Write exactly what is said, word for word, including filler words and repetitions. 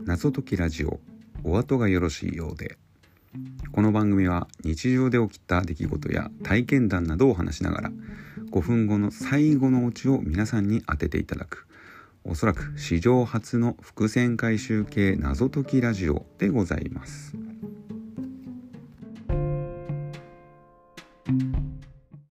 謎解きラジオ、お後がよろしいようで。この番組は日常で起きた出来事や体験談などを話しながら、ごふんごの最後のオチを皆さんに当てていただく、おそらく史上初の伏線回収系謎解きラジオでございます。